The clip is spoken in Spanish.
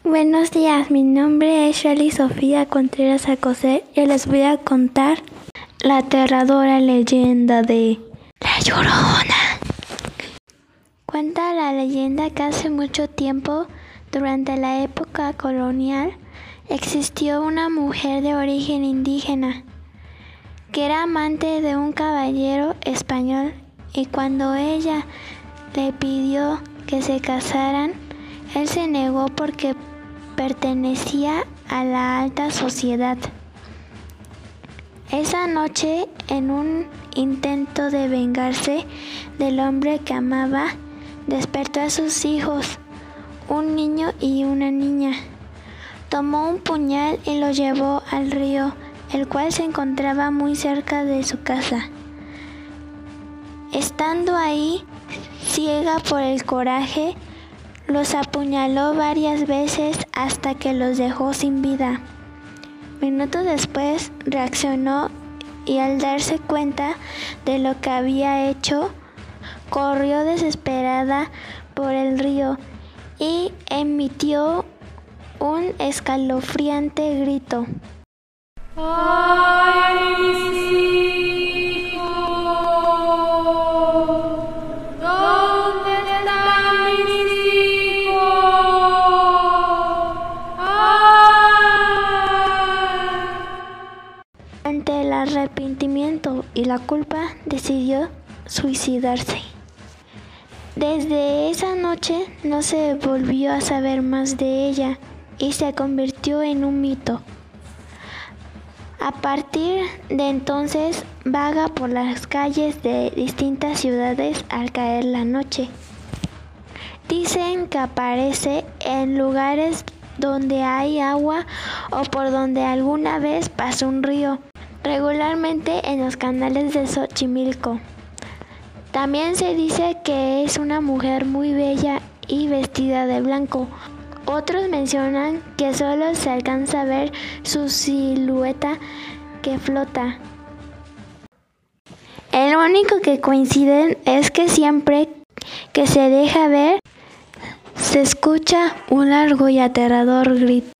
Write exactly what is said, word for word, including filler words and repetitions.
Buenos días, mi nombre es Shelly Sofía Contreras Alcocer y les voy a contar la aterradora leyenda de La Llorona. Cuenta la leyenda que hace mucho tiempo, durante la época colonial, existió una mujer de origen indígena que era amante de un caballero español, y cuando ella le pidió que se casaran, él se negó porque pertenecía a la alta sociedad. Esa noche, en un intento de vengarse del hombre que amaba, despertó a sus hijos, un niño y una niña. Tomó un puñal y lo llevó al río, el cual se encontraba muy cerca de su casa. Estando ahí, ciega por el coraje, los apuñaló varias veces hasta que los dejó sin vida. Minutos después reaccionó y, al darse cuenta de lo que había hecho, corrió desesperada por el río y emitió un escalofriante grito. ¡Ay, mis hijos! ¿Dónde están mis hijos? ¡Ay! Ante el arrepentimiento y la culpa, decidió suicidarse. Desde esa noche no se volvió a saber más de ella y se convirtió en un mito. A partir de entonces, vaga por las calles de distintas ciudades al caer la noche. Dicen que aparece en lugares donde hay agua o por donde alguna vez pasó un río, regularmente en los canales de Xochimilco. También se dice que es una mujer muy bella y vestida de blanco. Otros mencionan que solo se alcanza a ver su silueta que flota. El único que coinciden es que siempre que se deja ver, se escucha un largo y aterrador grito.